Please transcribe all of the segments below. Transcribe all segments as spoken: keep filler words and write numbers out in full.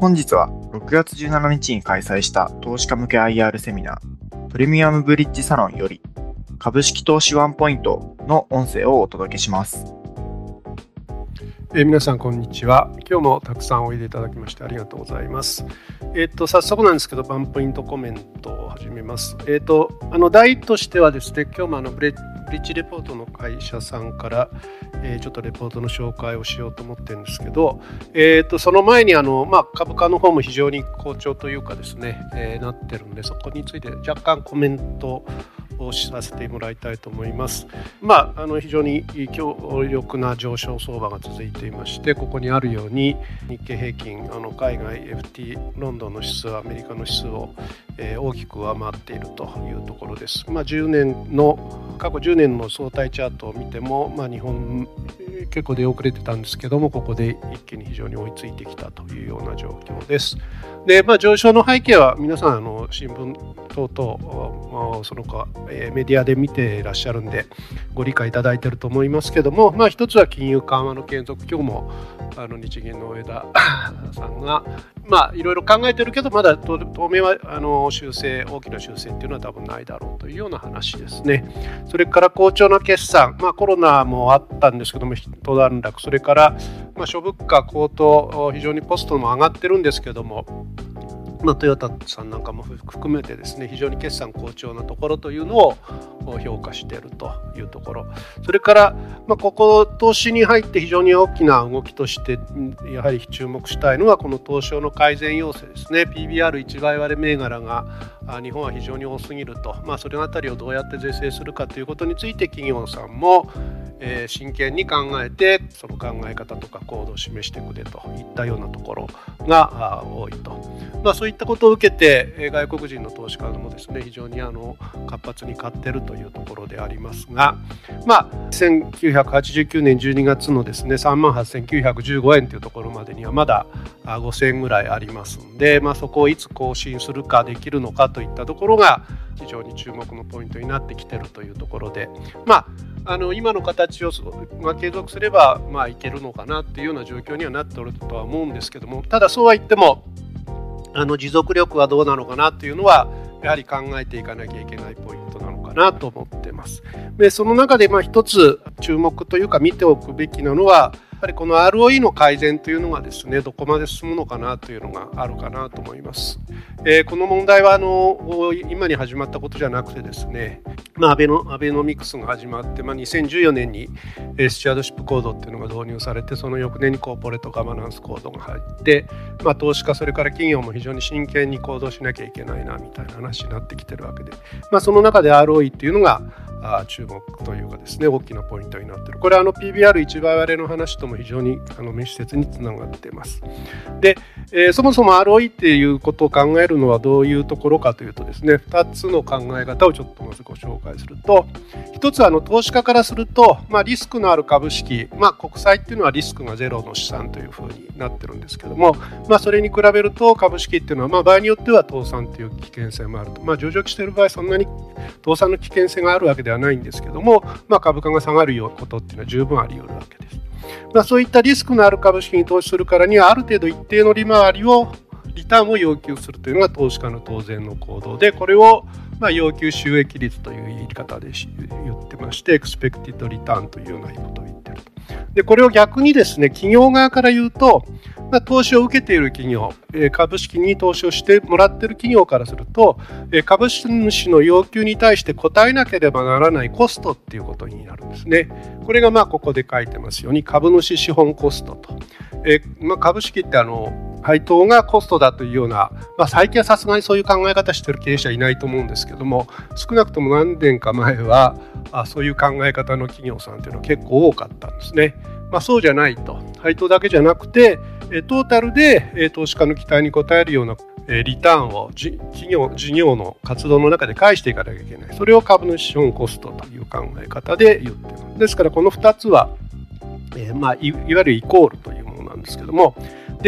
本日はろくがつじゅうしちにちに開催した投資家向け アイアール セミナープレミアムブリッジサロンより株式投資ワンポイントの音声をお届けします。 えー、皆さんこんにちは。今日もたくさんおいでいただきましてありがとうございます。えっ、ー、と早速なんですけどワンポイントコメントを始めます。えっ、ー、とあの題としてはですね、今日もあのブレブリッジレポートの会社さんから、えー、ちょっとレポートの紹介をしようと思ってるんですけど、えー、とその前にあの、まあ、株価の方も非常に好調というかですね、えー、なってるんで、そこについて若干コメントをさせてもらいたいと思います。まあ、あの非常に強力な上昇相場が続いていまして、ここにあるように日経平均、あの海外 エフティー ロンドンの指数、アメリカの指数を、えー、大きく上回っているというところです。まあ、じゅうねんの過去じゅうねんの相対チャートを見ても、まあ、日本結構出遅れてたんですけども、ここで一気に非常に追いついてきたというような状況です。で、まあ、上昇の背景は皆さんあの新聞等々、まあ、その他メディアで見ていらっしゃるんでご理解いただいていると思いますけども、まあ、一つは金融緩和の継続。今日もあの日銀の上田さんがまあいろいろ考えてるけど、まだ当面はあの修正大きな修正っていうのは多分ないだろうというような話ですね。それから好調な決算、まあ、コロナもあったんですけども一段落、それから、まあ、諸物価高騰、非常にコストも上がってるんですけども、まあ、トヨタさんなんかも含めてですね、非常に決算好調なところというのを評価しているというところ。それから、まあ、ここ投資に入って非常に大きな動きとしてやはり注目したいのはこの東証の改善要請ですね。 ピービーアールいち 倍割れ銘柄が日本は非常に多すぎると、まあ、それあたりをどうやって是正するかということについて企業さんもえー、真剣に考えてその考え方とか行動を示してくれといったようなところが多いと、まあ、そういったことを受けて、えー、外国人の投資家もですね非常にあの活発に買っているというところでありますが、まあ、せんきゅうひゃくはちじゅうきゅうねんじゅうにがつのですねさんまんはっせんきゅうひゃくじゅうごえんというところまでにはまだごせんえんぐらいありますんで、まあ、そこをいつ更新するかできるのかといったところが非常に注目のポイントになってきているというところで、まああの今の形を、まあ、継続すれば、まあ、いけるのかなっていうような状況にはなっておるとは思うんですけども、ただそうは言ってもあの持続力はどうなのかなっていうのはやはり考えていかなきゃいけないポイントなのかなと思っています。でその中でまあ一つ注目というか見ておくべきなのはやはりこの アールオーイー の改善というのがですねどこまで進むのかなというのがあるかなと思います。えー、この問題はあの今に始まったことじゃなくてですね、まあ、アベノ、アベノミクスが始まって、まあ、にせんじゅうよねんにスチュワードシップコードっていうのが導入されて、その翌年にコーポレートガバナンスコードが入って、まあ、投資家それから企業も非常に真剣に行動しなきゃいけないなみたいな話になってきてるわけで、まあ、その中で アールオーイー っていうのが注目というかですね大きなポイントになっている。これはあの ピービーアールいち 倍割れの話とも非常にあの密接につながっています。で、えー、そもそも アールオーイー っていうことを考えるのはどういうところかというとですね、ふたつの考え方をちょっとまずご紹介すると、ひとつはあの投資家からすると、まあ、リスクのある株式、まあ、国債っていうのはリスクがゼロの資産というふうになってるんですけども、まあ、それに比べると株式っていうのは、まあ、場合によっては倒産という危険性もあると、まあ、上場している場合そんなに倒産の危険性があるわけではないんですけども、まあ、株価が下がるようなことっていうのは十分あり得るわけです。まあ、そういったリスクのある株式に投資するからにはある程度一定の利回りをリターンを要求するというのが投資家の当然の行動で、これをまあ要求収益率という言い方で言ってまして、エクスペクティッドリターンというようなことを言っていると。でこれを逆にですね企業側から言うと、まあ、投資を受けている企業、株式に投資をしてもらっている企業からすると、株主の要求に対して応えなければならないコストっていうことになるんですね。これがまあここで書いてますように株主資本コストと、えまあ、株式ってあの配当がコストだというような、まあ、最近はさすがにそういう考え方している経営者いないと思うんですけども、少なくとも何年か前はあそういう考え方の企業さんというのは結構多かったんですね。まあ、そうじゃないと、配当だけじゃなくてトータルで投資家の期待に応えるようなリターンを企業事業の活動の中で返していかなきゃいけない。それを株主資本コストという考え方で言っています。ですからこのふたつは、えーまあ、い, いわゆるイコールというものなんですけども、で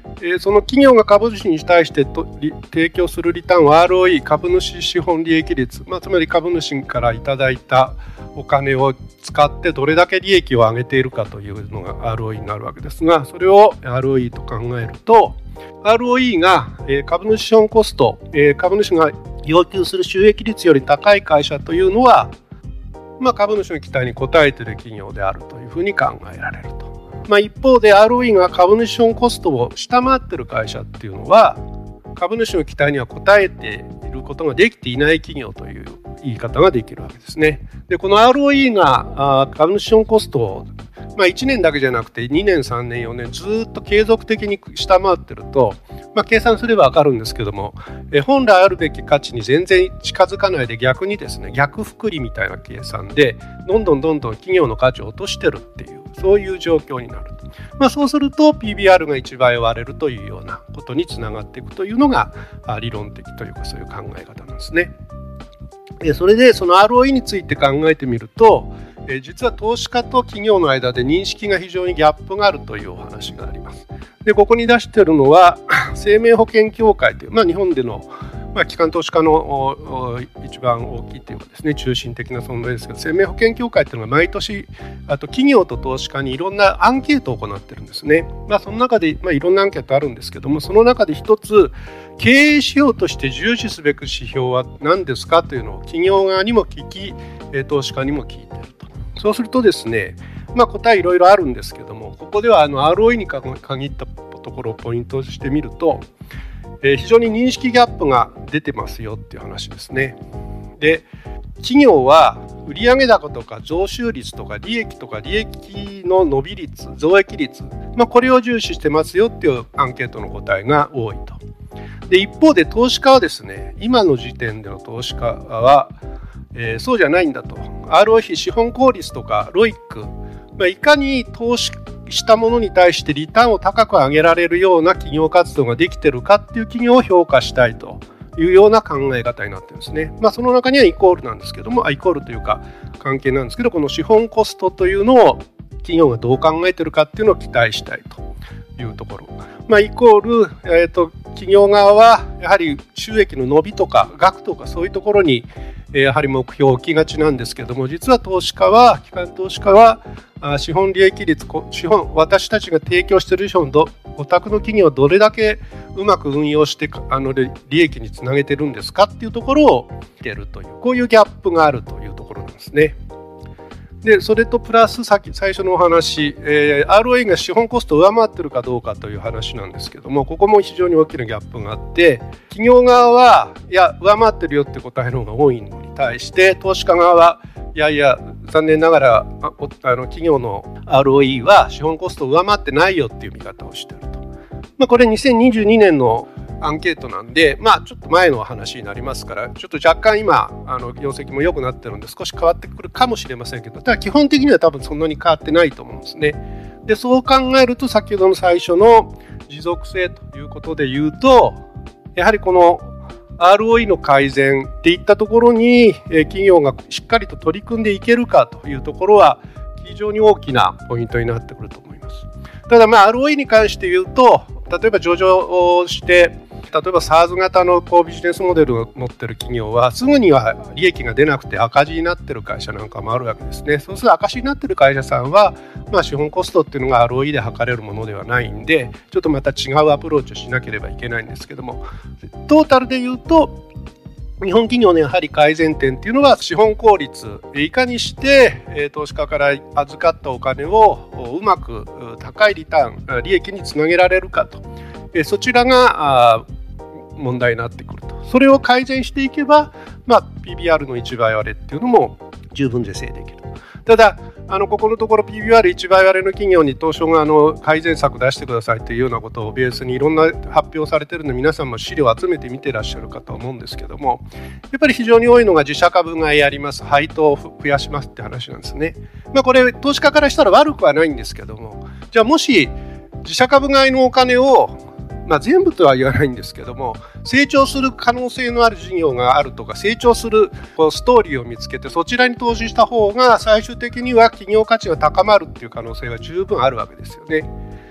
えー、その企業が株主に対してと提供するリターンは アールオーイー 株主資本利益率、まあ、つまり株主からいただいたお金を使ってどれだけ利益を上げているかというのが アールオーイー になるわけですが、それを アールオーイー と考えると アールオーイー が株主資本コスト、株主が要求する収益率より高い会社というのは、まあ、株主の期待に応えている企業であるというふうに考えられると。まあ、一方で アールオーイー が株主資本コストを下回っている会社っていうのは株主の期待には応えていることができていない企業という言い方ができるわけですね。でこの アールオーイー が株主資本コストを、まあ、いちねんだけじゃなくてにねんさんねんよねんずっと継続的に下回っていると、まあ、計算すれば分かるんですけども、え本来あるべき価値に全然近づかないで逆にですね逆複利みたいな計算でどんどんどんどん企業の価値を落としてるっていうそういう状況になると、まあ、そうすると ピービーアール がいちばい割れるというようなことにつながっていくというのが理論的というかそういう考え方なんですね。それでその アールオーイー について考えてみると実は投資家と企業の間で認識が非常にギャップがあるというお話があります。でここに出しているのは生命保険協会という、まあ、日本でのまあ、機関投資家の一番大きいというかですね中心的な存在ですけど、生命保険協会というのが毎年あと企業と投資家にいろんなアンケートを行ってるんですね。まあ、その中で、まあ、いろんなアンケートあるんですけども、その中で一つ経営指標として重視すべき指標は何ですかというのを企業側にも聞き投資家にも聞いていると。そうするとですね、まあ、答えいろいろあるんですけども、ここではあの アールオーイー に限ったところをポイントとしてみるとえー、非常に認識ギャップが出てますよっていう話ですね。で企業は売上高とか増収率とか利益とか利益の伸び率増益率、まあ、これを重視してますよっていうアンケートの答えが多いと。で一方で投資家はですね今の時点での投資家は、えー、そうじゃないんだと。 アールオーイー 資本効率とか ロイック、まあ、いかに投資したものに対してリターンを高く上げられるような企業活動ができているかっていう企業を評価したいというような考え方になってるんですね。まあ、その中にはイコールなんですけども、あイコールというか関係なんですけど、この資本コストというのを企業がどう考えているかっていうのを期待したいというところ、まあ、イコール、えーと、企業側はやはり収益の伸びとか額とかそういうところにやはり目標を置きがちなんですけども、実は投資家は機関投資家は資本利益率、資本私たちが提供している資本どお宅の企業をどれだけうまく運用してあの利益につなげてるんですかっていうところを見てるという、こういうギャップがあるというところなんですね。でそれとプラスさっき最初のお話、えー、アールオーイー が資本コストを上回ってるかどうかという話なんですけども、ここも非常に大きなギャップがあって、企業側はいや上回ってるよって答えの方が多いのに対して投資家側はいやいや残念ながらああの企業の アールオーイー は資本コストを上回ってないよっていう見方をしていると。まあ、これにせんにじゅうにねんのアンケートなんで、まあ、ちょっと前の話になりますから、ちょっと若干今あの業績も良くなってるんで少し変わってくるかもしれませんけど、ただ基本的には多分そんなに変わってないと思うんですね。でそう考えると先ほどの最初の持続性ということで言うと、やはりこの アールオーイー の改善っていったところに企業がしっかりと取り組んでいけるかというところは非常に大きなポイントになってくると思います。ただまあ アールオーイー に関して言うと、例えば上場して例えば SARS 型のこうビジネスモデルを持っている企業はすぐには利益が出なくて赤字になっている会社なんかもあるわけですね。そうすると赤字になっている会社さんは、まあ、資本コストっていうのが アールオーイー で測れるものではないんで、ちょっとまた違うアプローチをしなければいけないんですけども、トータルで言うと日本企業のやはり改善点っていうのは資本効率、いかにして投資家から預かったお金をうまく高いリターン、利益につなげられるかと、そちらが問題になってくると。それを改善していけば、まあ、ピービーアール のいちばい割れっていうのも十分是正できる。ただあのここのところ ピービーアールいちばい割れの企業に東証があの改善策出してくださいというようなことをベースにいろんな発表されているので、皆さんも資料を集めてみていらっしゃるかと思うんですけども、やっぱり非常に多いのが自社株買いやります、配当を増やしますって話なんですね。まあ、これ投資家からしたら悪くはないんですけども、じゃあもし自社株買いのお金をまあ、全部とは言わないんですけども、成長する可能性のある事業があるとか、成長するこうストーリーを見つけてそちらに投資した方が最終的には企業価値が高まるっていう可能性が十分あるわけですよね。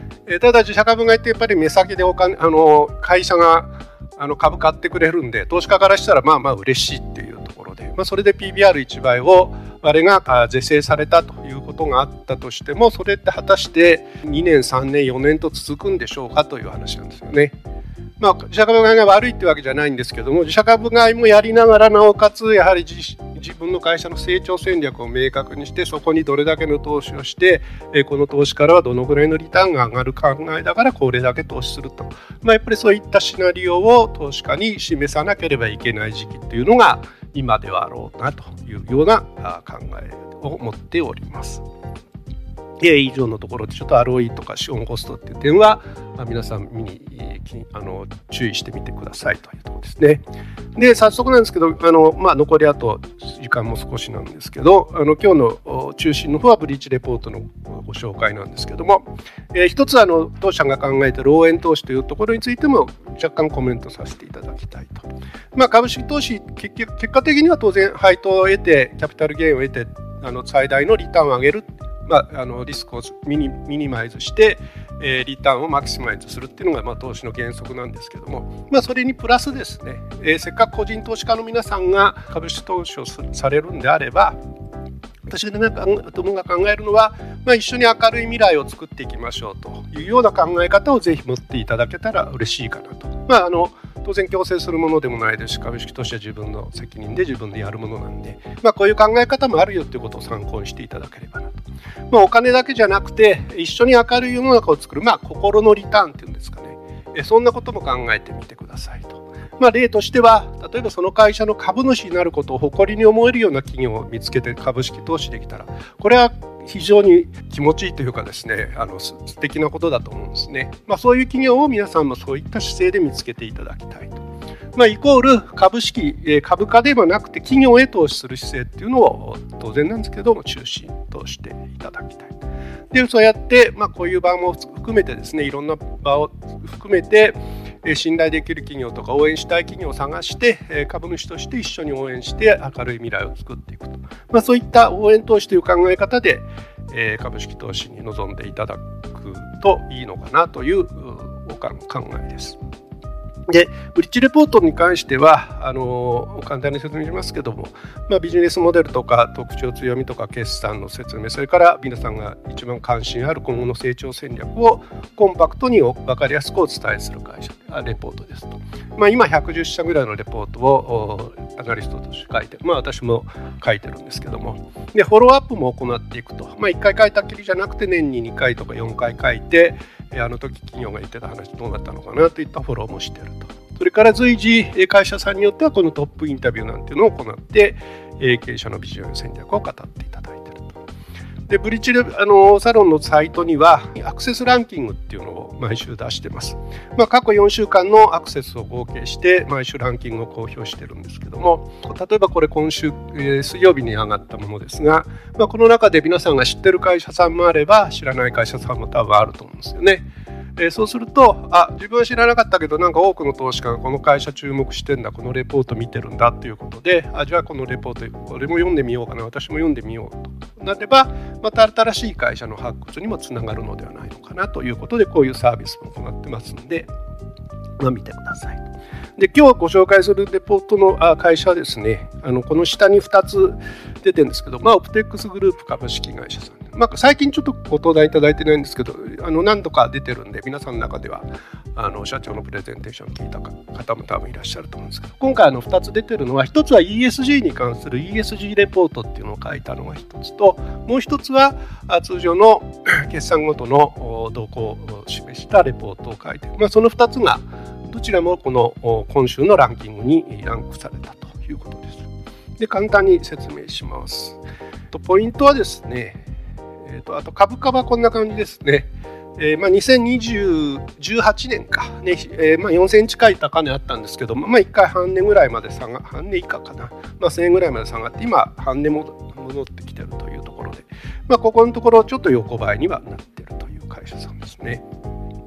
えー、ただ自社株買いってやっぱり目先でお金あの会社があの株買ってくれるんで、投資家からしたらまあまあ嬉しいっていうところで、まあ、それで ピービーアールいち 倍をあれが是正されたということがあったとしても、それって果たしてにねんさんねんよねんと続くんでしょうかという話なんですよね。まあ、自社株買いが悪いってわけじゃないんですけども、自社株買いもやりながらなおかつやはり 自, 自分の会社の成長戦略を明確にして、そこにどれだけの投資をして、えこの投資からはどのぐらいのリターンが上がる考えだからこれだけ投資すると、まあ、やっぱりそういったシナリオを投資家に示さなければいけない時期というのが今ではあろうなというような考えを持っております。以上のところでちょっと アールオーイー とか資本コストっていう点は、まあ、皆さん見にあの注意してみてくださいというところですね。で早速なんですけど、あの、まあ、残りあと時間も少しなんですけど、あの今日の中心の方はブリッジレポートのご紹介なんですけども、えー、一つあの当社が考えている応援投資というところについても若干コメントさせていただきたいと。まあ、株式投資結局結果的には当然配当を得てキャピタルゲインを得てあの最大のリターンを上げる、まあ、あのリスクをミニ、ミニマイズして、えー、リターンをマキシマイズするっていうのが、まあ、投資の原則なんですけども、まあ、それにプラスですね、えー、せっかく個人投資家の皆さんが株式投資をされるんであれば、私どもが考えるのは、まあ、一緒に明るい未来を作っていきましょうというような考え方をぜひ持っていただけたら嬉しいかなと。まあ、あの当然強制するものでもないですし、株式投資は自分の責任で自分でやるものなんで、まあ、こういう考え方もあるよということを参考にしていただければなと。まあ、お金だけじゃなくて一緒に明るい世の中を作る、まあ、心のリターンっていうんですかね、えそんなことも考えてみてくださいと。まあ、例としては、例えばその会社の株主になることを誇りに思えるような企業を見つけて株式投資できたら、これは非常に気持ちいいというかですね、あの素敵なことだと思うんですね。まあ、そういう企業を皆さんもそういった姿勢で見つけていただきたいと。まあ、イコール株式、株価ではなくて企業へ投資する姿勢っていうのを当然なんですけども中心としていただきたい。でそうやって、まあ、こういう場も含めてですね、いろんな場を含めて信頼できる企業とか応援したい企業を探して株主として一緒に応援して明るい未来を作っていくと、まあ、そういった応援投資という考え方で株式投資に臨んでいただくといいのかなというお考えです。でブリッジレポートに関してはあの簡単に説明しますけども、まあ、ビジネスモデルとか特徴強みとか決算の説明、それから皆さんが一番関心ある今後の成長戦略をコンパクトに分かりやすくお伝えする会社レポートですと。まあ、今ひゃくじゅっしゃぐらいのレポートをアナリストとして書いて、まあ、私も書いてるんですけども、でフォローアップも行っていくと、まあ、いっかい書いたきりじゃなくて年ににかいとかよんかい書いて、あの時企業が言ってた話どうなったのかなといったフォローもしていると。それから随時会社さんによってはこのトップインタビューなんていうのを行って経営者のビジョン戦略を語っていただいていると。でブリッジレあのサロンのサイトにはアクセスランキングっていうのを毎週出してます。まあ、過去よんしゅうかんのアクセスを合計して毎週ランキングを公表してるんですけども、例えばこれ今週、えー、水曜日に上がったものですが、まあ、この中で皆さんが知ってる会社さんもあれば知らない会社さんも多分あると思うんですよね。えー、そうすると、あ、自分は知らなかったけどなんか多くの投資家がこの会社注目してんだ、このレポート見てるんだということで、あ、じゃあこのレポート俺も読んでみようかな、私も読んでみようとなれば、また新しい会社の発掘にもつながるのではないのかなということで、こういうサービスも行ってますので、まあ、見てください。で今日ご紹介するレポートの会社はですね、あのこの下にふたつ出てるんですけど、まあ、オプテックスグループ株式会社さん、まあ、最近ちょっとご登壇いただいてないんですけど、あの何度か出てるんで皆さんの中ではあの社長のプレゼンテーションを聞いた方も多分いらっしゃると思うんですけど、今回あのふたつ出てるのは、ひとつは イーエスジー に関する イーエスジー レポートっていうのを書いたのがひとつと、もうひとつは通常の決算ごとの動向を示したレポートを書いている、まあ、そのふたつがどちらもこの今週のランキングにランクされたということです。で簡単に説明します。ポイントはですね、えー、とあと株価はこんな感じですね。えーまあ、にせんにじゅうはちねんか、ねえーまあ、よんせん近い高値あったんですけど、まあ、いっかい半値ぐらいまで下が半値以下かな、まあ、せんえんぐらいまで下がって今半値も戻ってきているというところで、まあ、ここのところちょっと横ばいにはなっているという会社さんですね。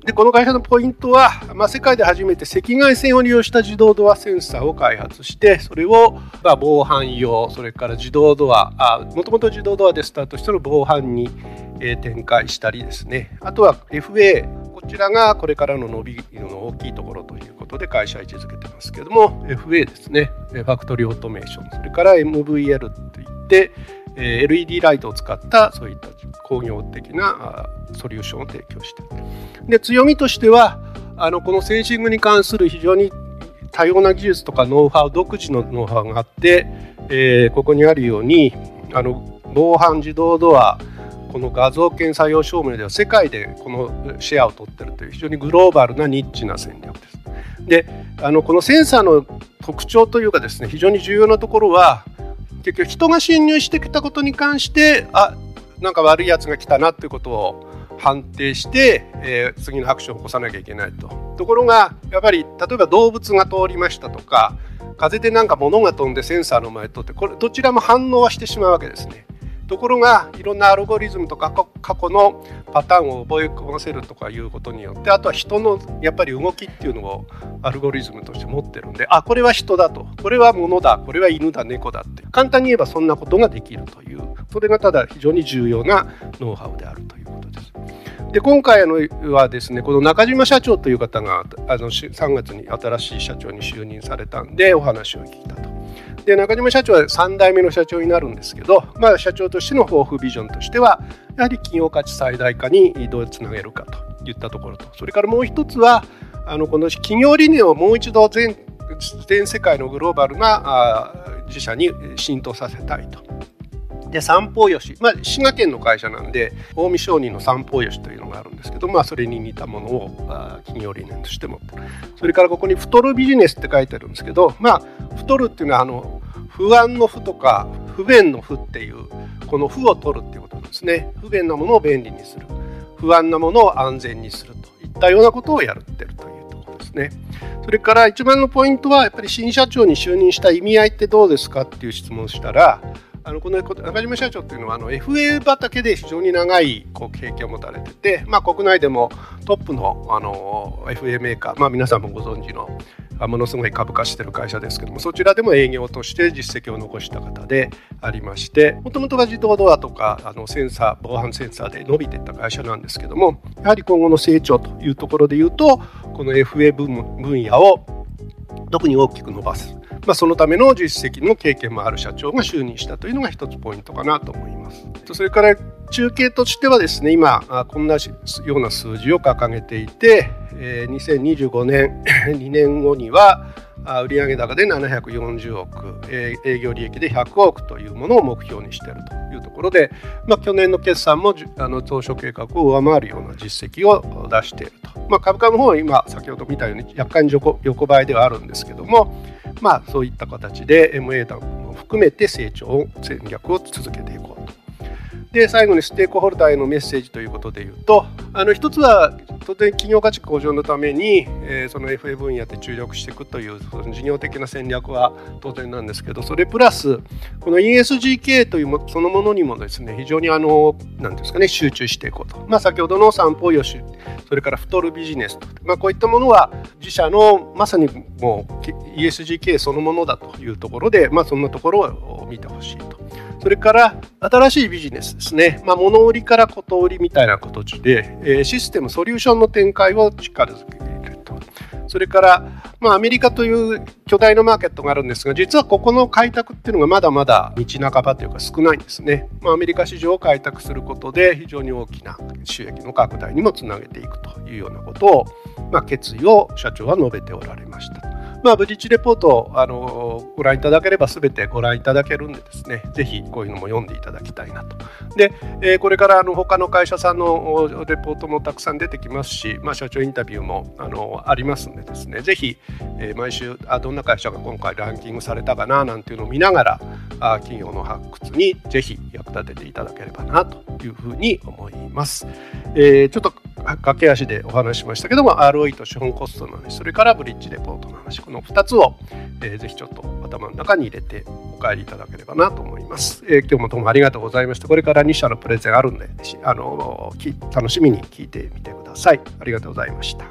でこの会社のポイントは、まあ、世界で初めて赤外線を利用した自動ドアセンサーを開発して、それを、まあ、防犯用、それから自動ドア、もともと自動ドアでスタートしたの防犯に、えー、展開したりですね、あとは エフエー、こちらがこれからの伸びの大きいところということで会社位置づけてますけども、 エフエー ですね、ファクトリーオートメーション、それから エムブイエル といって、えー、エルイーディー ライトを使ったそういった工業的なソリューションを提供している。で強みとしては、あのこのセンシングに関する非常に多様な技術とかノウハウ、独自のノウハウがあって、えー、ここにあるようにあの防犯自動ドア、この画像検査用証明では世界でこのシェアを取っているという非常にグローバルなニッチな戦略です。であのこのセンサーの特徴というかですね、非常に重要なところは、結局人が侵入してきたことに関して、あ、なんか悪いやつが来たなということを判定して、えー、次のアクションを起こさなきゃいけないと。ところがやっぱり例えば動物が通りましたとか、風でなんか物が飛んでセンサーの前に通って、これどちらも反応はしてしまうわけですね。ところがいろんなアルゴリズムとか過去のパターンを覚え込ませるとかいうことによって、あとは人のやっぱり動きっていうのをアルゴリズムとして持ってるんで、あ、これは人だと、これは物だ、これは犬だ、猫だって簡単に言えばそんなことができるという、それがただ非常に重要なノウハウであるということです。で今回のはですね、この中島社長という方があのさんがつに新しい社長に就任されたんでお話を聞いたと。で中島社長はさんだいめの社長になるんですけど、まあ、社長としての抱負ビジョンとしてはやはり企業価値最大化にどうつなげるかといったところと、それからもう一つはあのこの企業理念をもう一度 全, 全世界のグローバルな自社に浸透させたいと。で三方よし、まあ、滋賀県の会社なんで近江商人の三方よしというのがあるんですけど、まあ、それに似たものを企業理念として持ってる。それからここに太るビジネスって書いてあるんですけど、まあ、太るっていうのはあの不安の不とか不便の不っていうこの不を取るっていうことなんですね。不便なものを便利にする、不安なものを安全にするといったようなことをやってるというところですね。それから一番のポイントはやっぱり新社長に就任した意味合いってどうですかっていう質問をしたら、あのこの中島社長というのはあの エフエー 畑で非常に長いこう経験を持たれてて、まあ、国内でもトップの、あの エフエー メーカー、まあ、皆さんもご存知のものすごい株化している会社ですけども、そちらでも営業として実績を残した方でありまして、もともとは自動ドアとかあのセンサー防犯センサーで伸びていった会社なんですけども、やはり今後の成長というところでいうとこの エフエー 分, 分野を特に大きく伸ばす、まあ、そのための実績の経験もある社長が就任したというのが一つポイントかなと思います。それから中継としてはですね、今こんなような数字を掲げていて、にせんにじゅうごねんにねんごには売上高でななひゃくよんじゅうおく、営業利益でひゃくおくというものを目標にしているというところで、まあ、去年の決算もあの当初計画を上回るような実績を出していると。まあ、株価の方は今先ほど見たように若干横、横ばいではあるんですけども、まあ、そういった形で エムエー 談も含めて成長を戦略を続けていこうと。で最後にステークホルダーへのメッセージということでいうと、あの一つは当然企業価値向上のために、えー、その エフエー 分野で注力していくというその事業的な戦略は当然なんですけど、それプラスこの イーエスジー 系というもそのものにもですね、非常にあの何ですかね、集中していこうと。まあ、先ほどの三方よし、それから太るビジネスと、まあ、こういったものは自社のまさにもう イーエスジー 系そのものだというところで、まあ、そんなところを見てほしいと。それから新しいビジネスですね、まあ、物売りからこと売りみたいな形で、えー、システムソリューションの展開を力づけていると。それから、まあ、アメリカという巨大なマーケットがあるんですが、実はここの開拓っていうのがまだまだ道半ばというか少ないんですね。まあ、アメリカ市場を開拓することで非常に大きな収益の拡大にもつなげていくというようなことを、まあ、決意を社長は述べておられました。まあ、ブリッジレポートをあのご覧いただければ全てご覧いただけるんでですね、ぜひこういうのも読んでいただきたいなと。で、えー、これからあの他の会社さんのレポートもたくさん出てきますし、まあ、社長インタビューもあのありますんでですね、ぜひ、えー、毎週あどんな会社が今回ランキングされたかななんていうのを見ながらあ企業の発掘にぜひ役立てていただければなというふうに思います。えー、ちょっと駆け足でお話ししましたけども、 アールオーイー と資本コストの話、それからブリッジレポートの話、このふたつを、えー、ぜひちょっと頭の中に入れてお帰りいただければなと思います。えー、今日もどうもありがとうございました。これからに社のプレゼンあるんで、あのー、楽しみに聞いてみてください。ありがとうございました。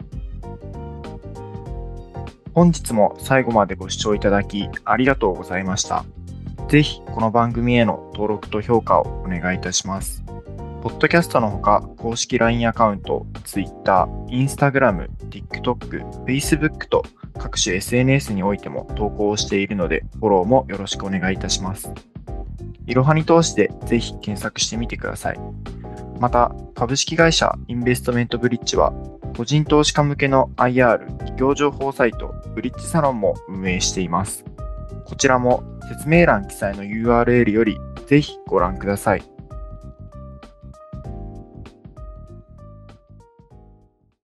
本日も最後までご視聴いただきありがとうございました。ぜひこの番組への登録と評価をお願いいたします。ポッドキャストのほか、公式 ライン アカウント、Twitter、Instagram、TikTok、Facebook と各種 エスエヌエス においても投稿をしているので、フォローもよろしくお願いいたします。いろはに投資でぜひ検索してみてください。また、株式会社インベストメントブリッジは、個人投資家向けの アイアール 企業情報サイト、ブリッジサロンも運営しています。こちらも説明欄記載の ユーアールエル よりぜひご覧ください。